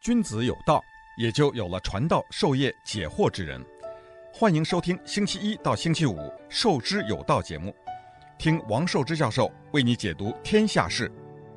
君子有道，也就有了传道授业解惑之人。欢迎收听星期一到星期五《授之有道》节目，听王寿之教授为你解读天下事。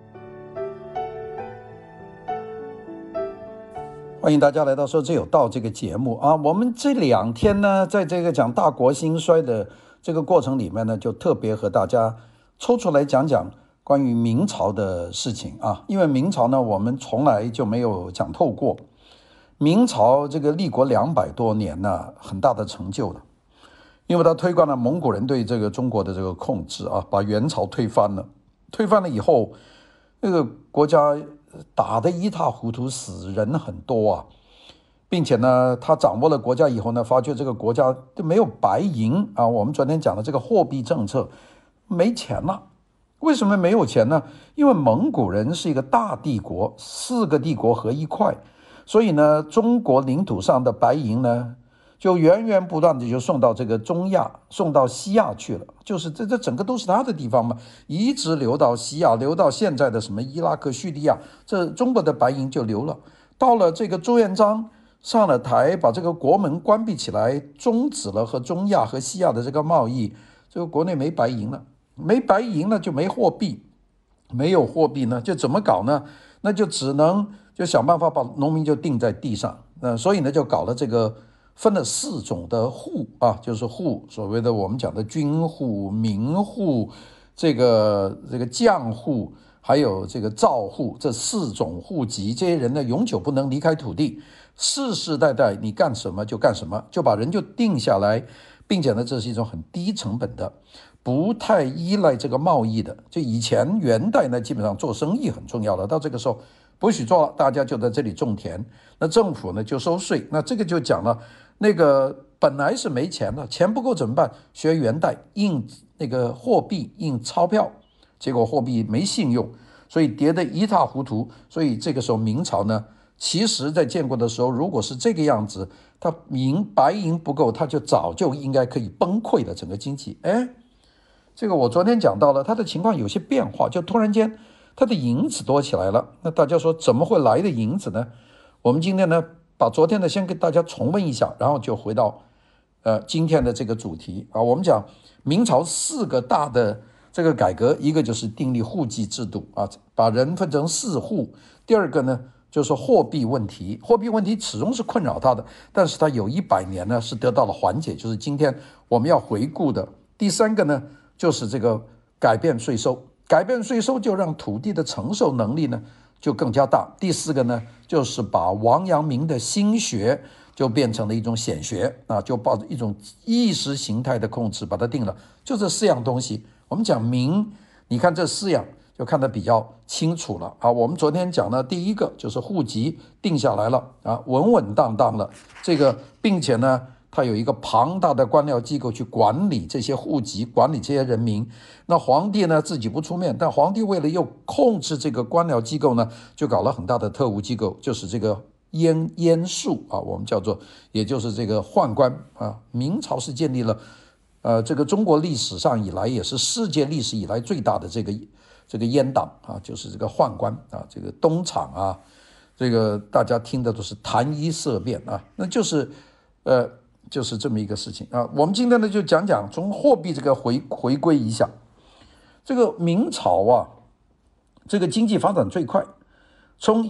欢迎大家来到《授之有道》这个节目啊！我们这2天呢，在这个讲大国兴衰的这个过程里面呢，就特别和大家抽出来讲讲关于明朝的事情啊。因为明朝呢，我们从来就没有讲透过。明朝这个立国200多年呢，很大的成就了，因为它推翻了蒙古人对这个中国的这个控制啊，把元朝推翻了。推翻了以后，那个国家打得一塌糊涂，死人很多啊，并且呢，他掌握了国家以后呢，发觉这个国家就没有白银啊。我们昨天讲的这个货币政策没钱了。为什么没有钱呢？因为蒙古人是一个大帝国，4个帝国合一块，所以呢，中国领土上的白银呢，就源源不断的就送到这个中亚，送到西亚去了。就是这整个都是他的地方嘛，一直流到西亚，流到现在的什么伊拉克、叙利亚，这中国的白银就流了。到了这个朱元璋上了台，把这个国门关闭起来，终止了和中亚和西亚的这个贸易，这个国内没白银了。没白银了就没货币，没有货币呢就怎么搞呢？那就只能就想办法把农民就定在地上。所以呢就搞了这个分了4种的户啊，就是户，所谓的我们讲的军户、民户、这个将户，还有这个赵户，这4种户籍。这些人呢永久不能离开土地，世世代代你干什么就干什么，就把人就定下来，并且呢这是一种很低成本的，不太依赖这个贸易的。就以前元代呢，基本上做生意很重要的，到这个时候不许做了，大家就在这里种田，那政府呢就收税。那这个就讲了，那个本来是没钱的，钱不够怎么办？学元代印那个货币，印钞票，结果货币没信用，所以跌得一塌糊涂。所以这个时候明朝呢，其实在建国的时候，如果是这个样子，它白银不够，它就早就应该可以崩溃了整个经济。这个我昨天讲到了，它的情况有些变化，就突然间它的银子多起来了。那大家说怎么会来的银子呢？我们今天呢把昨天的先给大家重温一下，然后就回到今天的这个主题啊。我们讲明朝4个大的这个改革，一个就是订立户籍制度啊，把人分成4户。第二个呢就是货币问题，货币问题始终是困扰他的，但是他有100年呢是得到了缓解，就是今天我们要回顾的。第3个呢就是这个改变税收，改变税收就让土地的承受能力呢就更加大。第4个呢就是把王阳明的心学就变成了一种显学啊，就把一种意识形态的控制把它定了。就这4样东西，我们讲明，你看这4样就看得比较清楚了啊。我们昨天讲的第一个就是户籍定下来了啊，稳稳当当了，这个并且呢它有一个庞大的官僚机构去管理这些户籍，管理这些人民。那皇帝呢自己不出面，但皇帝为了又控制这个官僚机构呢，就搞了很大的特务机构，就是这个阉术啊，我们叫做，也就是这个宦官啊。明朝是建立了这个中国历史上以来，也是世界历史以来最大的这个阉党啊，就是这个宦官啊，这个东厂啊，这个大家听的都是谈衣色变啊，那就是这么一个事情啊。我们今天呢就讲讲从货币这个回归一下，这个明朝啊，这个经济发展最快，从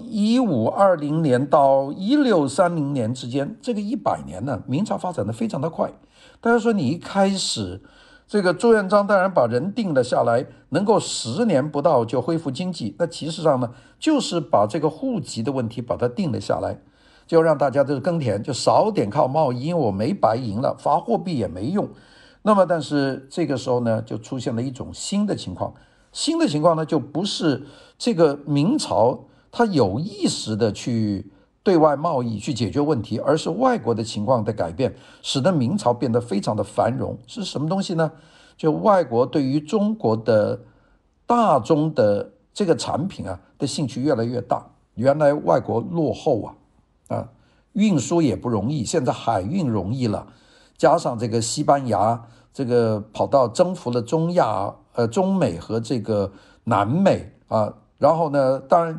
1520年到1630年之间，这个100年呢，明朝发展的非常的快。大家说你一开始这个朱元璋当然把人定了下来，能够10年不到就恢复经济，那其实上呢就是把这个户籍的问题把它定了下来，就让大家这个耕田就少点靠贸易，因为我没白银了，发货币也没用。那么但是这个时候呢就出现了一种新的情况呢，就不是这个明朝他有意识的去对外贸易去解决问题，而是外国的情况的改变，使得明朝变得非常的繁荣。是什么东西呢？就外国对于中国的大宗的这个产品啊的兴趣越来越大。原来外国落后运输也不容易，现在海运容易了，加上这个西班牙这个跑到征服了中美和这个南美啊，然后呢当然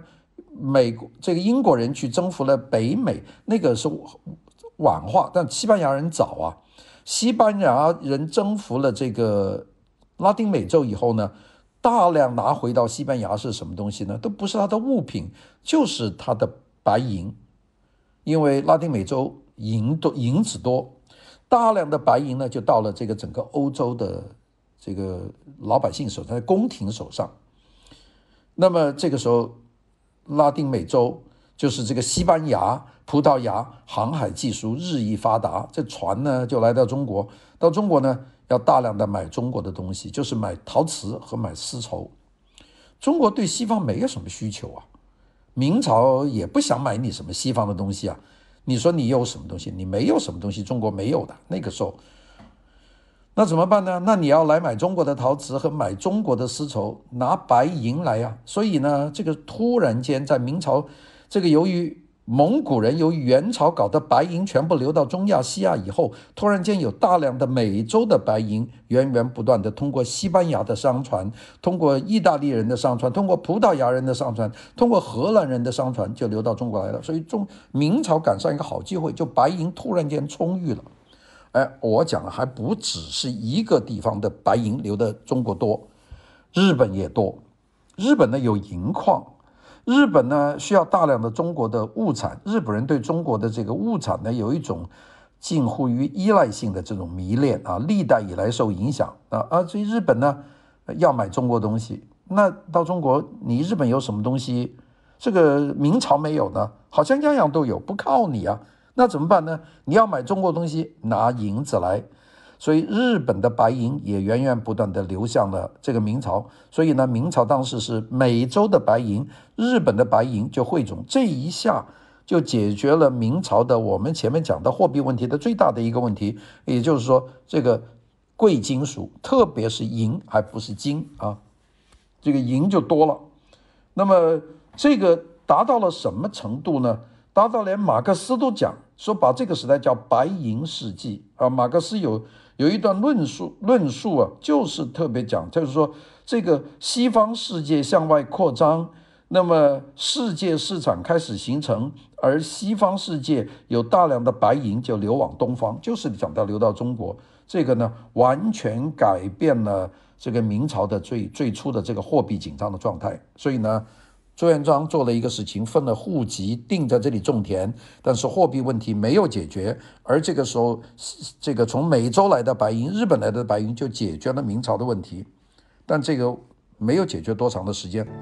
这个英国人去征服了北美，那个是晚化，但西班牙人早啊。西班牙人征服了这个拉丁美洲以后呢，大量拿回到西班牙是什么东西呢？都不是它的物品，就是它的白银。因为拉丁美洲银子多，大量的白银呢就到了这个整个欧洲的这个老百姓手上，在宫廷手上。那么这个时候，拉丁美洲就是这个西班牙、葡萄牙航海技术日益发达，这船呢就来到中国，到中国呢要大量的买中国的东西，就是买陶瓷和买丝绸。中国对西方没有什么需求啊，明朝也不想买你什么西方的东西啊。你说你有什么东西？你没有什么东西，中国没有的。那个时候，那怎么办呢？那你要来买中国的陶瓷和买中国的丝绸，拿白银来啊。所以呢，这个突然间在明朝，这个由于蒙古人由于元朝搞的白银全部流到中亚、西亚以后，突然间有大量的美洲的白银源源不断的通过西班牙的商船，通过意大利人的商船，通过葡萄牙人的商船，通过荷兰人的商船就流到中国来了。所以明朝赶上一个好机会，就白银突然间充裕了。我讲了，还不只是一个地方的白银流的中国多，日本也多。日本呢有银矿，日本呢需要大量的中国的物产，日本人对中国的这个物产呢有一种近乎于依赖性的这种迷恋啊，历代以来受影响所以日本呢要买中国东西。那到中国，你日本有什么东西这个明朝没有呢？好像样样都有，不靠你啊。那怎么办呢？你要买中国东西，拿银子来。所以日本的白银也源源不断的流向了这个明朝。所以呢，明朝当时是美洲的白银，日本的白银就汇总，这一下就解决了明朝的我们前面讲的货币问题的最大的一个问题，也就是说这个贵金属，特别是银，还不是金啊，这个银就多了。那么这个达到了什么程度呢？达到连马克思都讲说，把这个时代叫白银世纪啊。马克思有一段论述啊，就是特别讲，就是说这个西方世界向外扩张，那么世界市场开始形成，而西方世界有大量的白银就流往东方，就是讲到流到中国。这个呢，完全改变了这个明朝的最初的这个货币紧张的状态。所以呢，朱元璋做了一个事情，分了户籍，定在这里种田，但是货币问题没有解决。而这个时候，这个从美洲来的白银、日本来的白银就解决了明朝的问题，但这个没有解决多长的时间。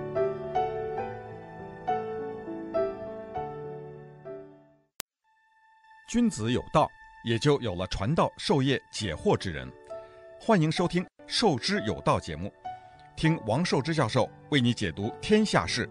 君子有道，也就有了传道授业解惑之人。欢迎收听《授之有道》节目，听王寿之教授为你解读天下事。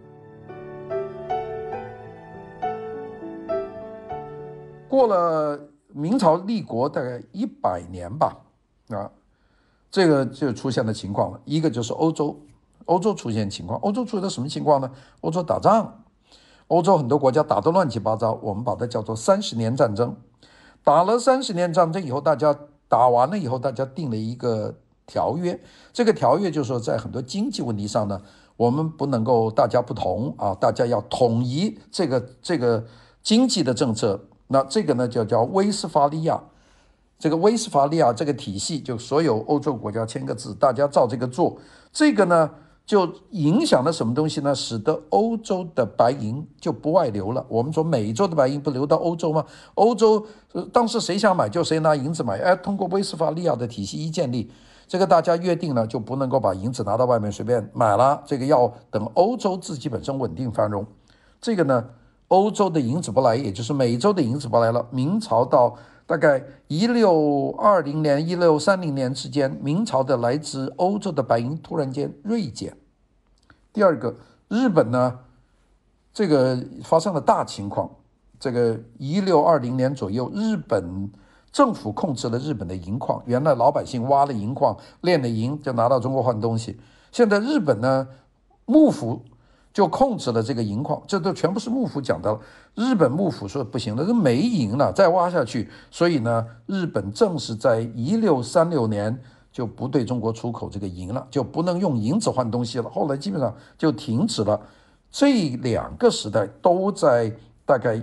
过了明朝立国大概100年吧，这个就出现了情况了。一个就是欧洲出现情况，欧洲出现什么情况呢？欧洲打仗，欧洲很多国家打得乱七八糟，我们把它叫做30年战争。打了30年战争以后，大家打完了以后，大家定了一个条约。这个条约就是说，在很多经济问题上呢，我们不能够大家不同啊，大家要统一这个经济的政策。那这个呢就叫威斯法利亚。这个威斯法利亚这个体系，就所有欧洲国家签个字，大家照这个做。这个呢就影响了什么东西呢？使得欧洲的白银就不外流了。我们说美洲的白银不流到欧洲吗？欧洲当时谁想买就谁拿银子买。通过威斯法利亚的体系一建立，这个大家约定了，就不能够把银子拿到外面随便买了，这个要等欧洲自己本身稳定繁荣。这个呢，欧洲的银子不来，也就是美洲的银子不来了。明朝到大概1620年、1630年之间，明朝的来自欧洲的白银突然间锐减。第二个，日本呢，这个发生了大情况。这个1620年左右，日本政府控制了日本的银矿，原来老百姓挖了银矿，炼了银就拿到中国换东西。现在日本呢，幕府就控制了这个银矿，这都全部是幕府讲的。日本幕府说不行了，这没银了，再挖下去。所以呢，日本正是在1636年就不对中国出口这个银了，就不能用银子换东西了。后来基本上就停止了这两个时代都在大概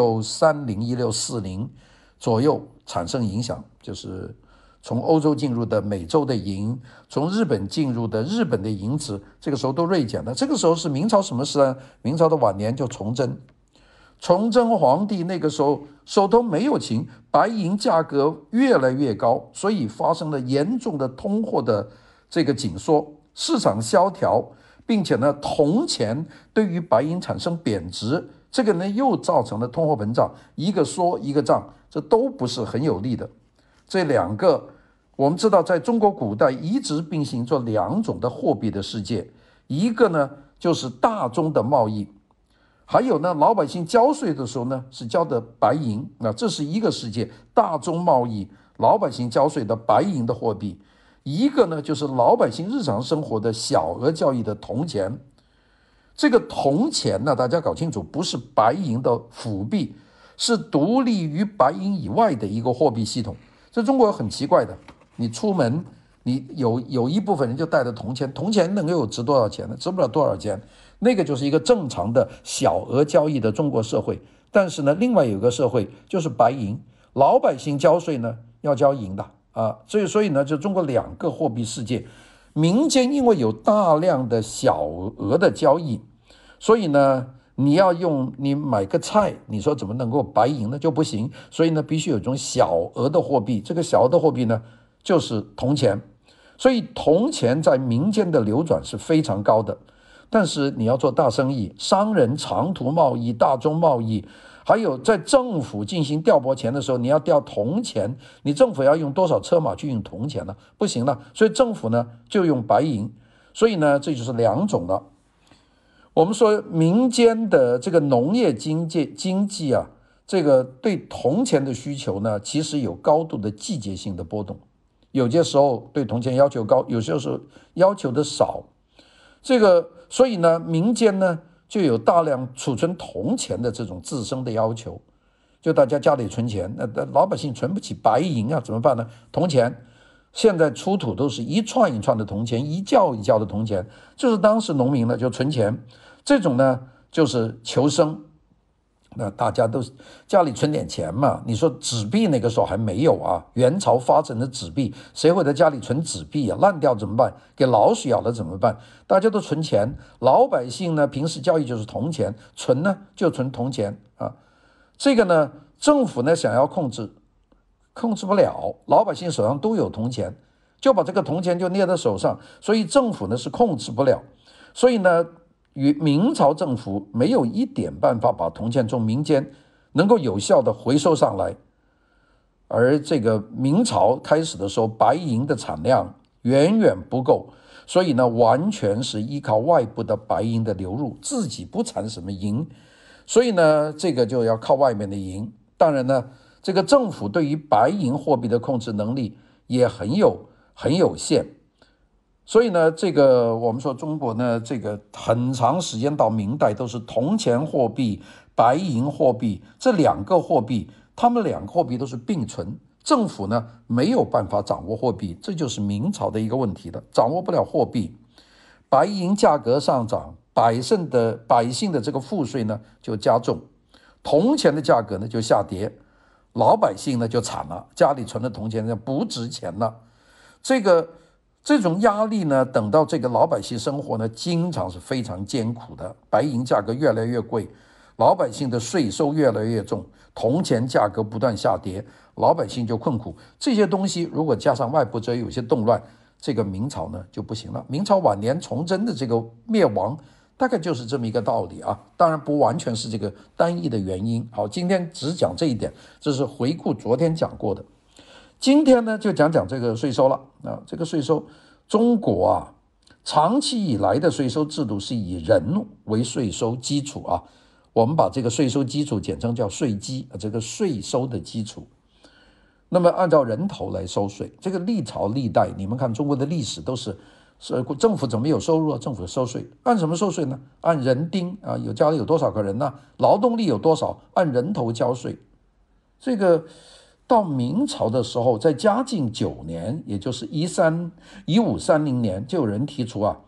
1630、1640左右产生影响，就是从欧洲进入的美洲的银，从日本进入的日本的银子，这个时候都锐减了。这个时候是明朝什么时代？明朝的晚年就崇祯。崇祯皇帝那个时候手头没有情，白银价格越来越高，所以发生了严重的通货的这个紧缩，市场萧条，并且呢，铜钱对于白银产生贬值，这个呢又造成了通货膨胀，一个缩一个涨，这都不是很有利的。这两个我们知道，在中国古代一直并行做两种的货币的世界，一个呢就是大宗的贸易，还有呢，老百姓交税的时候呢，是交的白银，这是一个世界，大宗贸易，老百姓交税的白银的货币。一个呢，就是老百姓日常生活的小额交易的铜钱。这个铜钱呢，大家搞清楚，不是白银的辅币，是独立于白银以外的一个货币系统。这中国很奇怪的，你出门，你有一部分人就带着铜钱，铜钱能够有值多少钱呢？值不了多少钱。那个就是一个正常的小额交易的中国社会。但是呢，另外有个社会就是白银，老百姓交税呢要交银的啊，所以呢，就中国两个货币世界，民间因为有大量的小额的交易，所以呢，你买个菜，你说怎么能够白银呢？就不行，所以呢，必须有一种小额的货币，这个小额的货币呢就是铜钱，所以铜钱在民间的流转是非常高的。但是你要做大生意，商人长途贸易、大宗贸易，还有在政府进行调拨钱的时候，你要调铜钱，你政府要用多少车马去用铜钱呢？不行了，所以政府呢就用白银。所以呢，这就是两种了。我们说民间的这个农业经济啊，这个对铜钱的需求呢，其实有高度的季节性的波动，有些时候对铜钱要求高，有些时候要求的少。所以呢，民间呢就有大量储存铜钱的这种自身的要求，就大家家里存钱，那老百姓存不起白银啊，怎么办呢？铜钱现在出土都是一串一串的铜钱，一窖一窖的铜钱，就是当时农民呢就存钱，这种呢就是求生。那大家都家里存点钱嘛，你说纸币那个时候还没有啊，元朝发展的纸币，谁会在家里存纸币啊？烂掉怎么办？给老鼠咬了怎么办？大家都存钱，老百姓呢平时交易就是铜钱，存呢就存铜钱啊。这个呢，政府呢想要控制不了，老百姓手上都有铜钱，就把这个铜钱就捏在手上，所以政府呢是控制不了，所以呢，与明朝政府没有一点办法把铜钱从民间能够有效的回收上来。而这个明朝开始的时候，白银的产量远远不够，所以呢，完全是依靠外部的白银的流入，自己不产什么银，所以呢，这个就要靠外面的银。当然呢，这个政府对于白银货币的控制能力也很有限。所以呢，这个我们说中国呢，这个很长时间到明代都是铜钱货币、白银货币，这两个货币，他们两个货币都是并存，政府呢没有办法掌握货币，这就是明朝的一个问题了，掌握不了货币，白银价格上涨，百姓的这个赋税呢就加重，铜钱的价格呢就下跌，老百姓呢就惨了，家里存的铜钱呢不值钱了，这种压力呢，等到这个老百姓生活呢，经常是非常艰苦的。白银价格越来越贵，老百姓的税收越来越重，铜钱价格不断下跌，老百姓就困苦。这些东西如果加上外部则有些动乱，这个明朝呢就不行了。明朝晚年崇祯的这个灭亡，大概就是这么一个道理啊。当然不完全是这个单一的原因。好，今天只讲这一点，这是回顾昨天讲过的。今天呢，就讲讲这个税收了啊。这个税收，中国啊，长期以来的税收制度是以人为税收基础啊。我们把这个税收基础简称叫税基，这个税收的基础。那么按照人头来收税，这个历朝历代，你们看中国的历史都是政府怎么有收入啊？政府收税，按什么收税呢？按人丁啊，家里有多少个人呢？劳动力有多少？按人头交税。这个到明朝的时候，在嘉靖9年，也就是1530年，就有人提出啊，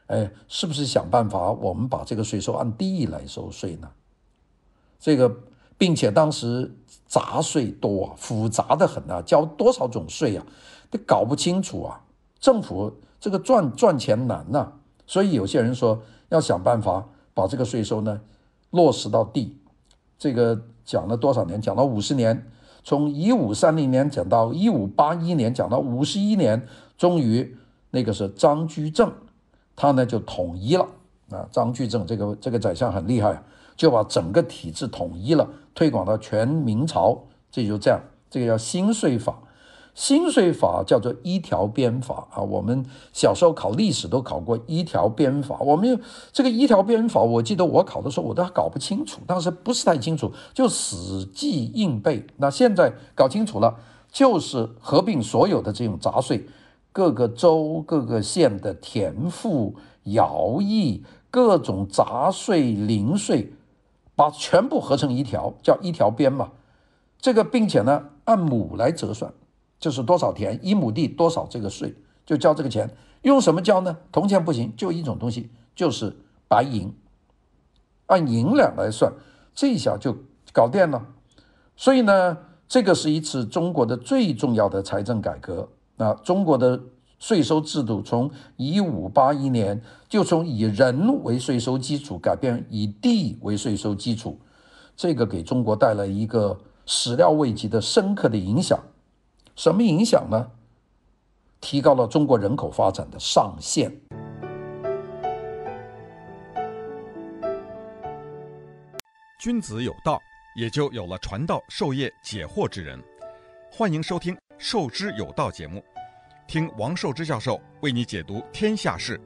是不是想办法我们把这个税收按地来收税呢？这个并且当时杂税多复杂的很交多少种税都搞不清楚政府这个赚钱难所以有些人说要想办法把这个税收呢落实到地。这个讲了多少年？讲到50年，从1530年讲到1581年，讲到51年，终于那个是张居正，他呢就统一了张居正这个宰相很厉害就把整个体制统一了，推广到全明朝。这就这样，这个叫新税法。新税法叫做一条鞭法我们小时候考历史都考过一条鞭法。我们这个一条鞭法，我记得我考的时候我都搞不清楚，当时不是太清楚，就死记硬背。那现在搞清楚了，就是合并所有的这种杂税，各个州各个县的田赋徭役各种杂税零税，把全部合成一条，叫一条鞭嘛。这个并且呢按亩来折算，就是多少田1亩地多少这个税，就交这个钱。用什么交呢？铜钱不行，就一种东西，就是白银，按银两来算，这一下就搞定了。所以呢，这个是一次中国的最重要的财政改革。中国的税收制度从1581年就从以人为税收基础改变以地为税收基础，这个给中国带来一个始料未及的深刻的影响。什么影响呢？提高了中国人口发展的上限。 君子有道，也就有了传道授业解惑之人。欢迎收听《授之有道》节目，听王寿之教授为你解读天下事。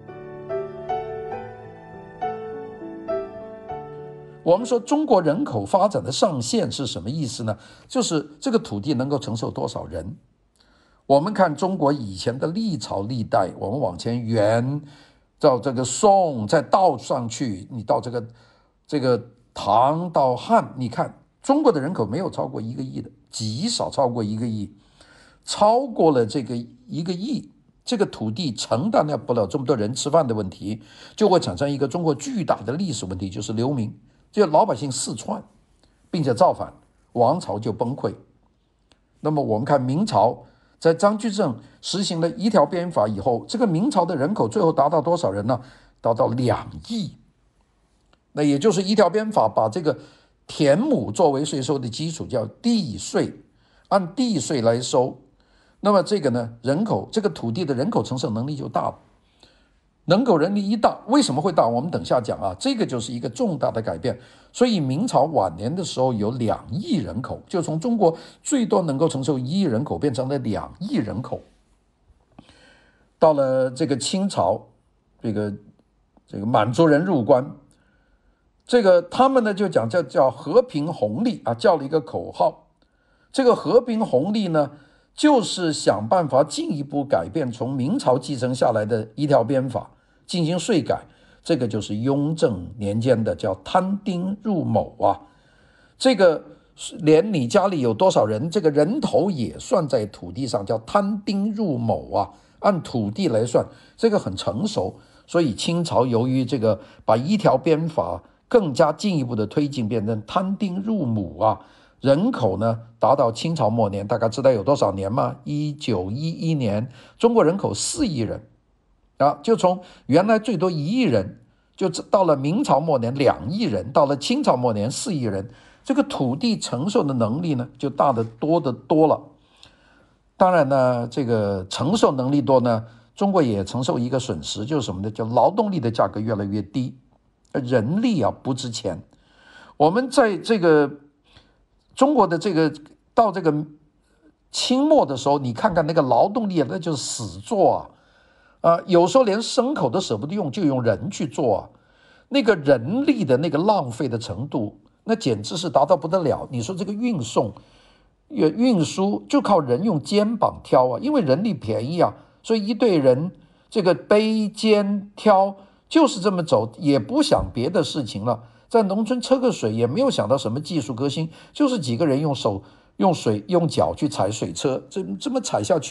我们说中国人口发展的上限是什么意思呢？就是这个土地能够承受多少人。我们看中国以前的历朝历代，我们往前元到这个宋，再倒上去，你到这个唐到汉，你看中国的人口没有超过1个亿的，极少超过1个亿。超过了这个1个亿，这个土地承担不了这么多人吃饭的问题，就会产生一个中国巨大的历史问题，就是流民，就老百姓四窜，并且造反，王朝就崩溃。那么我们看明朝，在张居正实行了一条鞭法以后，这个明朝的人口最后达到多少人呢？达到2亿。那也就是一条鞭法把这个田亩作为税收的基础，叫地税，按地税来收。那么这个呢，这个土地的人口承受能力就大了。人口能力一大，为什么会大？我们等下讲这个就是一个重大的改变。所以明朝晚年的时候有2亿人口，就从中国最多能够承受1亿人口变成了2亿人口。到了这个清朝，这个满族人入关，这个他们呢就讲叫和平弘历叫了一个口号。这个和平弘历呢，就是想办法进一步改变从明朝继承下来的一条鞭法，进行税改。这个就是雍正年间的叫摊丁入亩这个连你家里有多少人，这个人头也算在土地上，叫摊丁入亩按土地来算，这个很成熟。所以清朝由于这个把一条鞭法更加进一步的推进，变成摊丁入亩人口呢达到清朝末年，大概知道有多少年吗？1911年，中国人口4亿人就从原来最多1亿人，就到了明朝末年2亿人，到了清朝末年4亿人，这个土地承受的能力呢就大得多得多了。当然呢，这个承受能力多呢，中国也承受一个损失，就是什么呢？叫劳动力的价格越来越低，人力不值钱。我们在这个中国的到这个清末的时候，你看看那个劳动力那就是死做有时候连牲口都舍不得用，就用人去做那个人力的那个浪费的程度，那简直是达到不得了。你说这个运输就靠人用肩膀挑因为人力便宜所以一队人这个背肩挑就是这么走，也不想别的事情了。在农村车个水也没有想到什么技术革新，就是几个人用手用脚去踩水车，这么踩下去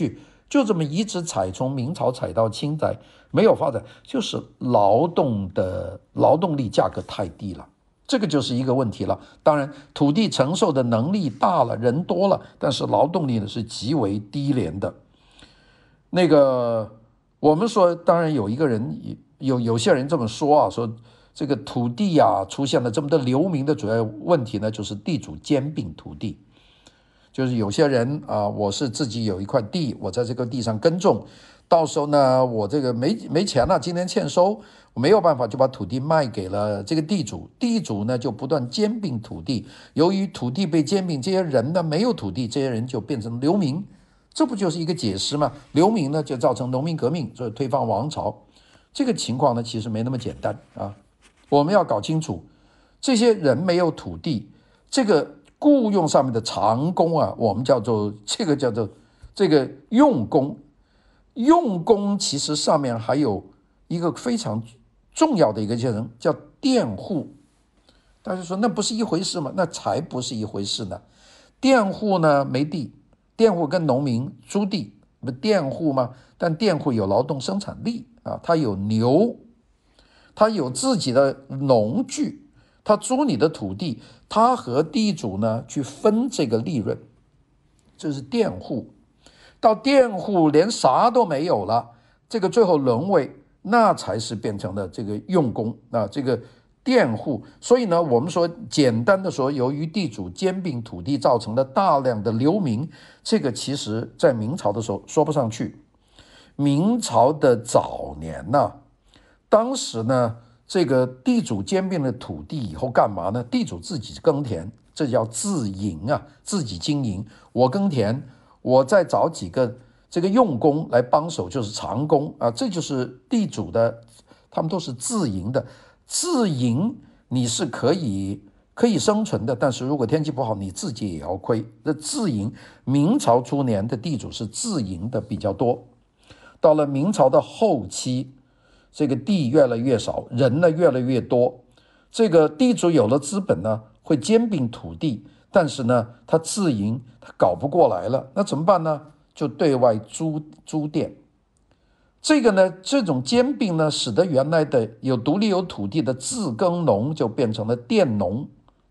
就这么一直踩，从明朝踩到清代，没有发展，就是劳动力价格太低了，这个就是一个问题了。当然土地承受的能力大了，人多了，但是劳动力呢是极为低廉的。那个我们说，当然有一个人有些人这么说啊，说这个土地啊出现了这么多流民的主要问题呢，就是地主兼并土地。就是有些人啊，我是自己有一块地，我在这个地上耕种，到时候呢，我这个没钱了，今年欠收，我没有办法就把土地卖给了这个地主，地主呢就不断兼并土地，由于土地被兼并，这些人呢没有土地，这些人就变成流民，这不就是一个解释吗？流民呢就造成农民革命，所以推翻王朝。这个情况呢其实没那么简单啊，我们要搞清楚，这些人没有土地，这个雇用上面的长工啊，我们叫做这个用工。用工其实上面还有一个非常重要的一个人叫佃户。大家说那不是一回事吗？那才不是一回事呢。佃户呢没地，佃户跟农民租地，不佃户吗？但佃户有劳动生产力啊，他有牛，他有自己的农具，他租你的土地，他和地主呢去分这个利润，这是佃户。到佃户连啥都没有了，这个最后沦为那才是变成了这个用工啊，这个佃户。所以呢，我们说简单的说，由于地主兼并土地造成了大量的流民，这个其实在明朝的时候说不上去。明朝的早年呢，当时呢这个地主兼并了土地以后干嘛呢？地主自己耕田，这叫自营啊，自己经营。我耕田，我再找几个这个用工来帮手，就是长工啊，这就是地主的，他们都是自营的。自营你是可以生存的，但是如果天气不好，你自己也要亏。这自营，明朝初年的地主是自营的比较多。到了明朝的后期，这个地越来越少，人呢越来越多，这个地主有了资本呢，会兼并土地，但是呢，他自营他搞不过来了，那怎么办呢？就对外租佃。这个呢，这种兼并呢，使得原来的有独立有土地的自耕农就变成了佃农。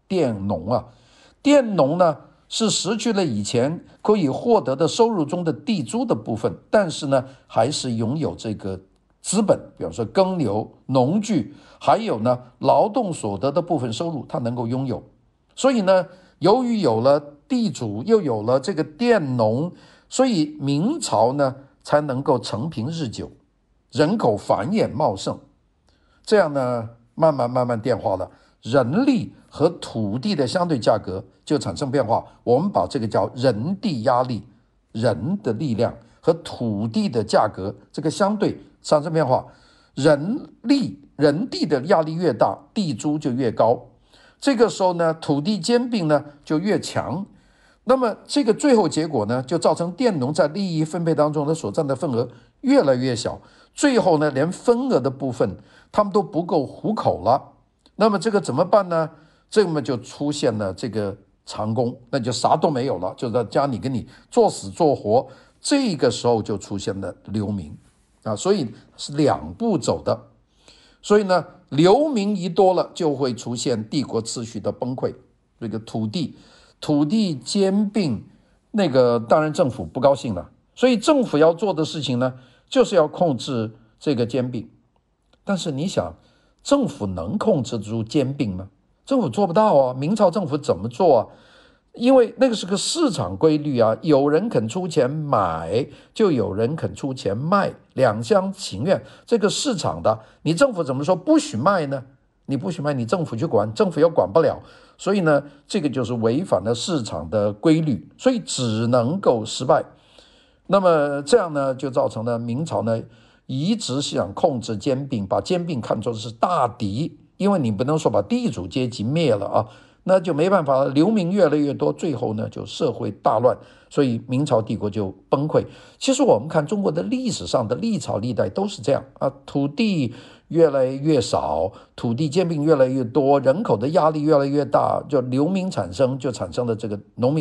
佃农呢是失去了以前可以获得的收入中的地租的部分，但是呢，还是拥有这个资本，比方说耕牛、农具，还有呢劳动所得的部分收入，他能够拥有。所以呢，由于有了地主，又有了这个佃农，所以明朝呢才能够承平日久，人口繁衍茂盛。这样呢，慢慢变化了，人力和土地的相对价格就产生变化。我们把这个叫人地压力，人的力量和土地的价格这个相对产生变化。人地的压力越大，地租就越高。这个时候呢，土地兼并呢就越强。那么这个最后结果呢，就造成佃农在利益分配当中的所占的份额越来越小，最后呢，连分额的部分他们都不够糊口了。那么这个怎么办呢？这么就出现了这个长工，那就啥都没有了，就在家里给你做死做活。这个时候就出现了流民啊，所以是两步走的。所以呢，流民一多了，就会出现帝国秩序的崩溃。这个土地兼并，那个当然政府不高兴了，所以政府要做的事情呢，就是要控制这个兼并。但是你想，政府能控制住兼并吗？政府做不到啊。明朝政府怎么做啊？因为那个是个市场规律啊，有人肯出钱买，就有人肯出钱卖，两厢情愿。这个市场的，你政府怎么说不许卖呢？你不许卖，你政府去管，政府又管不了。所以呢，这个就是违反了市场的规律，所以只能够失败。那么这样呢，就造成了明朝呢一直想控制兼并，把兼并看作是大敌，因为你不能说把地主阶级灭了啊，那就没办法了，流民越来越多，最后呢就社会大乱，所以明朝帝国就崩溃。其实我们看中国的历史上的历朝历代都是这样啊，土地越来越少，土地兼并越来越多，人口的压力越来越大，就流民产生，就产生了这个农民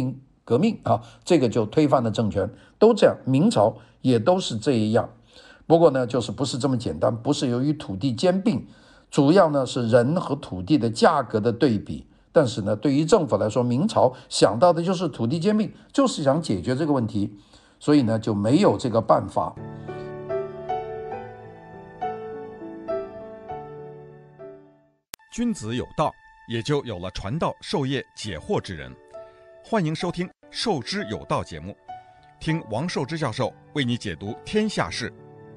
革命啊，这个就推翻了政权，都这样。明朝也都是这样。不过呢，就是不是这么简单，不是由于土地兼并，主要呢是人和土地的价格的对比。但是呢，对于政府来说，明朝想到的就是土地兼并，就是想解决这个问题，所以呢就没有这个办法。 君子有道，也就有了传道授业解惑之人。欢迎收听《授之有道》节目，听王寿之教授为你解读天下事。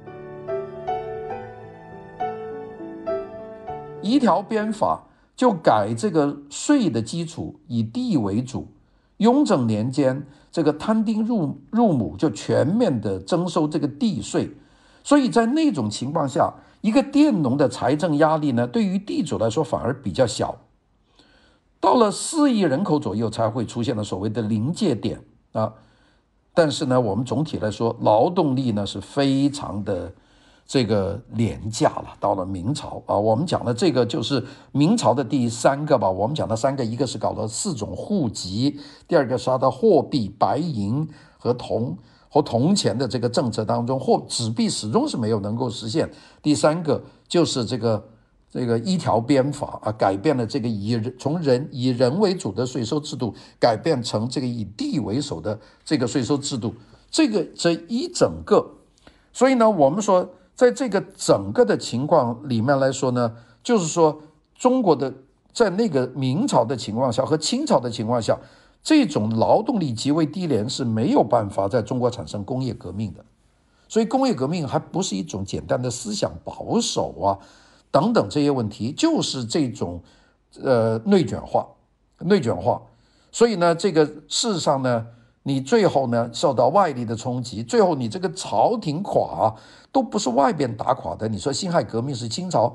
一条鞭法就改这个税的基础以地为主。雍正年间，这个摊丁入亩就全面的征收这个地税，所以在那种情况下，一个佃农的财政压力呢，对于地主来说反而比较小。到了4亿人口左右才会出现了所谓的临界点啊。但是呢，我们总体来说，劳动力呢是非常的这个廉价了。到了明朝啊，我们讲的这个就是明朝的第3个吧。我们讲的3个，一个是搞了4种户籍，第二个是它的货币白银和铜钱的这个政策当中，纸币始终是没有能够实现。第3个就是这个一条鞭法啊，改变了这个从以人为主的税收制度，改变成这个以地为首的这个税收制度。这一整个，所以呢，我们说在这个整个的情况里面来说呢，就是说中国的在那个明朝的情况下和清朝的情况下，这种劳动力极为低廉是没有办法在中国产生工业革命的。所以工业革命还不是一种简单的思想保守啊等等这些问题，就是这种内卷化。所以呢，这个事实上呢，你最后呢受到外力的冲击，最后你这个朝廷垮都不是外边打垮的。你说辛亥革命是清朝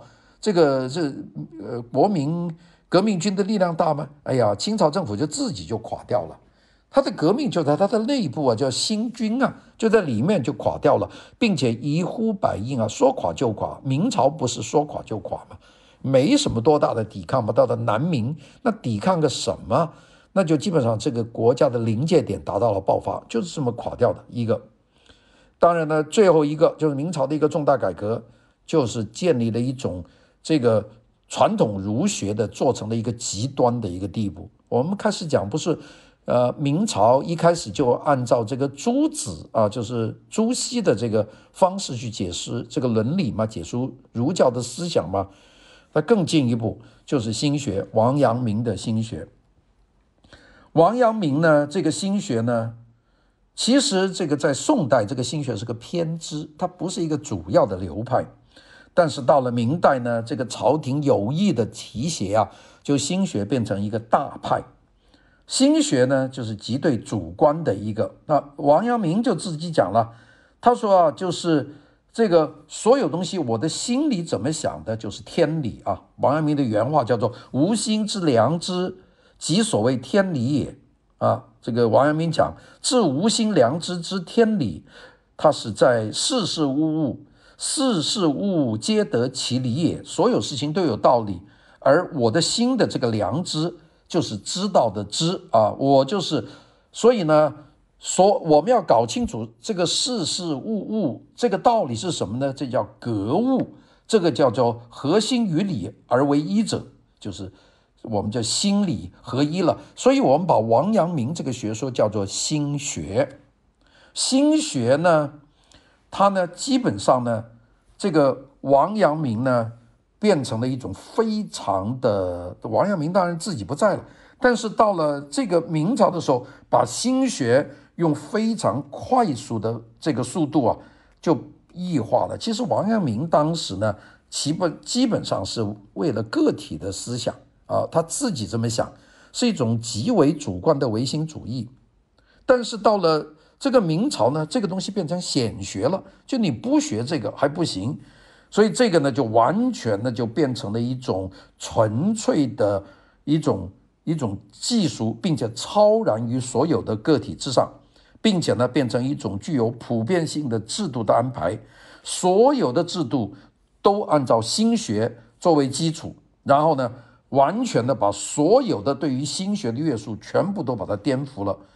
国民革命军的力量大吗？哎呀，清朝政府就自己就垮掉了。他的革命就在他的内部啊，叫新军啊，就在里面就垮掉了，并且一呼百应啊，说垮就垮。明朝不是说垮就垮吗？没什么多大的抵抗嘛。到了南明，那抵抗个什么？那就基本上这个国家的临界点达到了爆发，就是这么垮掉的一个。当然呢，最后一个就是明朝的一个重大改革，就是建立了一种这个传统儒学的做成了一个极端的一个地步。我们开始讲不是明朝一开始就按照这个朱子啊，就是朱熹的这个方式去解释这个伦理嘛，解释儒教的思想嘛。那更进一步就是心学，王阳明的心学。王阳明呢，这个心学呢，其实这个在宋代这个心学是个偏支，它不是一个主要的流派。但是到了明代呢，这个朝廷有意的提携啊，就心学变成一个大派。心学呢，就是极对主观的一个。那王阳明就自己讲了，他说啊，就是这个所有东西，我的心里怎么想的，就是天理啊。王阳明的原话叫做"无心之良知，即所谓天理也"啊。这个王阳明讲，治无心良知之天理，它是在事事物皆得其理也。所有事情都有道理，而我的心的这个良知，就是知道的知啊，我就是，所以呢，我们要搞清楚这个事物这个道理是什么呢？这叫格物，这个叫做合心与理而为一者，就是我们叫心理合一了。所以我们把王阳明这个学说叫做心学。心学呢，它呢基本上呢，这个王阳明呢变成了一种非常的，王阳明当然自己不在了，但是到了这个明朝的时候，把心学用非常快速的这个速度啊就异化了。其实王阳明当时呢，基本上是为了个体的思想啊，他自己这么想，是一种极为主观的唯心主义。但是到了这个明朝呢，这个东西变成显学了，就你不学这个还不行。所以这个呢，就完全呢就变成了一种纯粹的一种技术，并且超然于所有的个体之上，并且呢变成一种具有普遍性的制度的安排。所有的制度都按照心学作为基础，然后呢完全的把所有的对于心学的约束全部都把它颠覆了。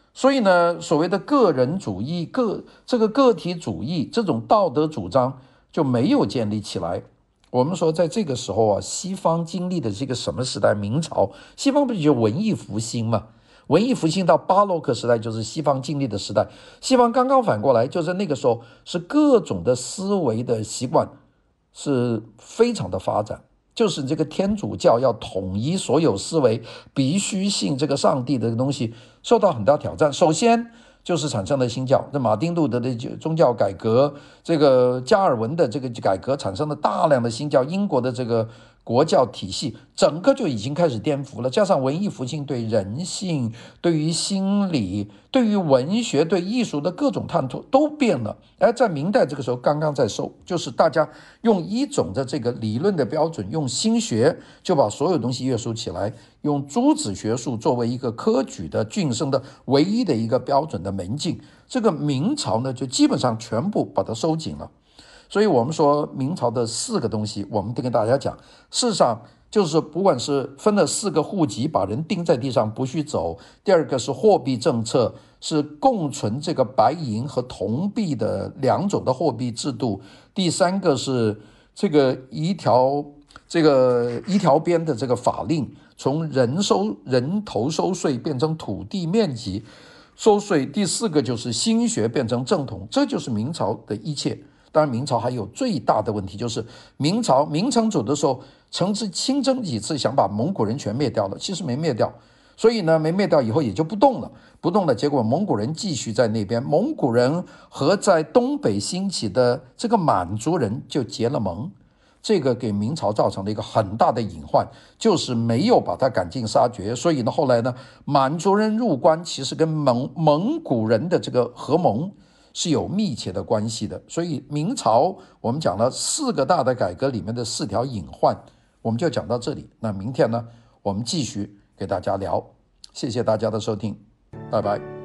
所以呢，所谓的个人主义、个体主义这种道德主张就没有建立起来。我们说，在这个时候啊，西方经历的是一个什么时代？明朝，西方不就文艺复兴吗？文艺复兴到巴洛克时代就是西方经历的时代。西方刚刚反过来，就是那个时候是各种的思维的习惯是非常的发展。就是这个天主教要统一所有思维，必须信这个上帝的东西，受到很大挑战。首先就是产生了新教，这马丁路德的宗教改革，这个加尔文的这个改革，产生了大量的新教，英国的这个国教体系整个就已经开始颠覆了。加上文艺复兴对人性、对于心理、对于文学、对艺术的各种探讨都变了。而在明代这个时候刚刚在收，就是大家用一种的这个理论的标准，用心学就把所有东西约束起来，用诸子学术作为一个科举的晋升的唯一的一个标准的门径。这个明朝呢，就基本上全部把它收紧了。所以我们说明朝的4个东西，我们都跟大家讲，事实上就是不管是分了4个户籍，把人钉在地上不许走；第二个是货币政策，是共存这个白银和铜币的2种的货币制度；第3个是这个一条边的这个法令，从人头收税变成土地面积收税；第4个就是新学变成正统。这就是明朝的一切。当然明朝还有最大的问题，就是明成祖的时候曾经亲征几次，想把蒙古人全灭掉了，其实没灭掉。所以呢，没灭掉以后也就不动了，结果蒙古人继续在那边，蒙古人和在东北兴起的这个满族人就结了盟。这个给明朝造成了一个很大的隐患，就是没有把他赶尽杀绝。所以呢，后来呢，满族人入关其实跟蒙古人的这个合盟是有密切的关系的。所以明朝我们讲了4个大的改革里面的4条隐患，我们就讲到这里。那明天呢，我们继续给大家聊。谢谢大家的收听，拜拜。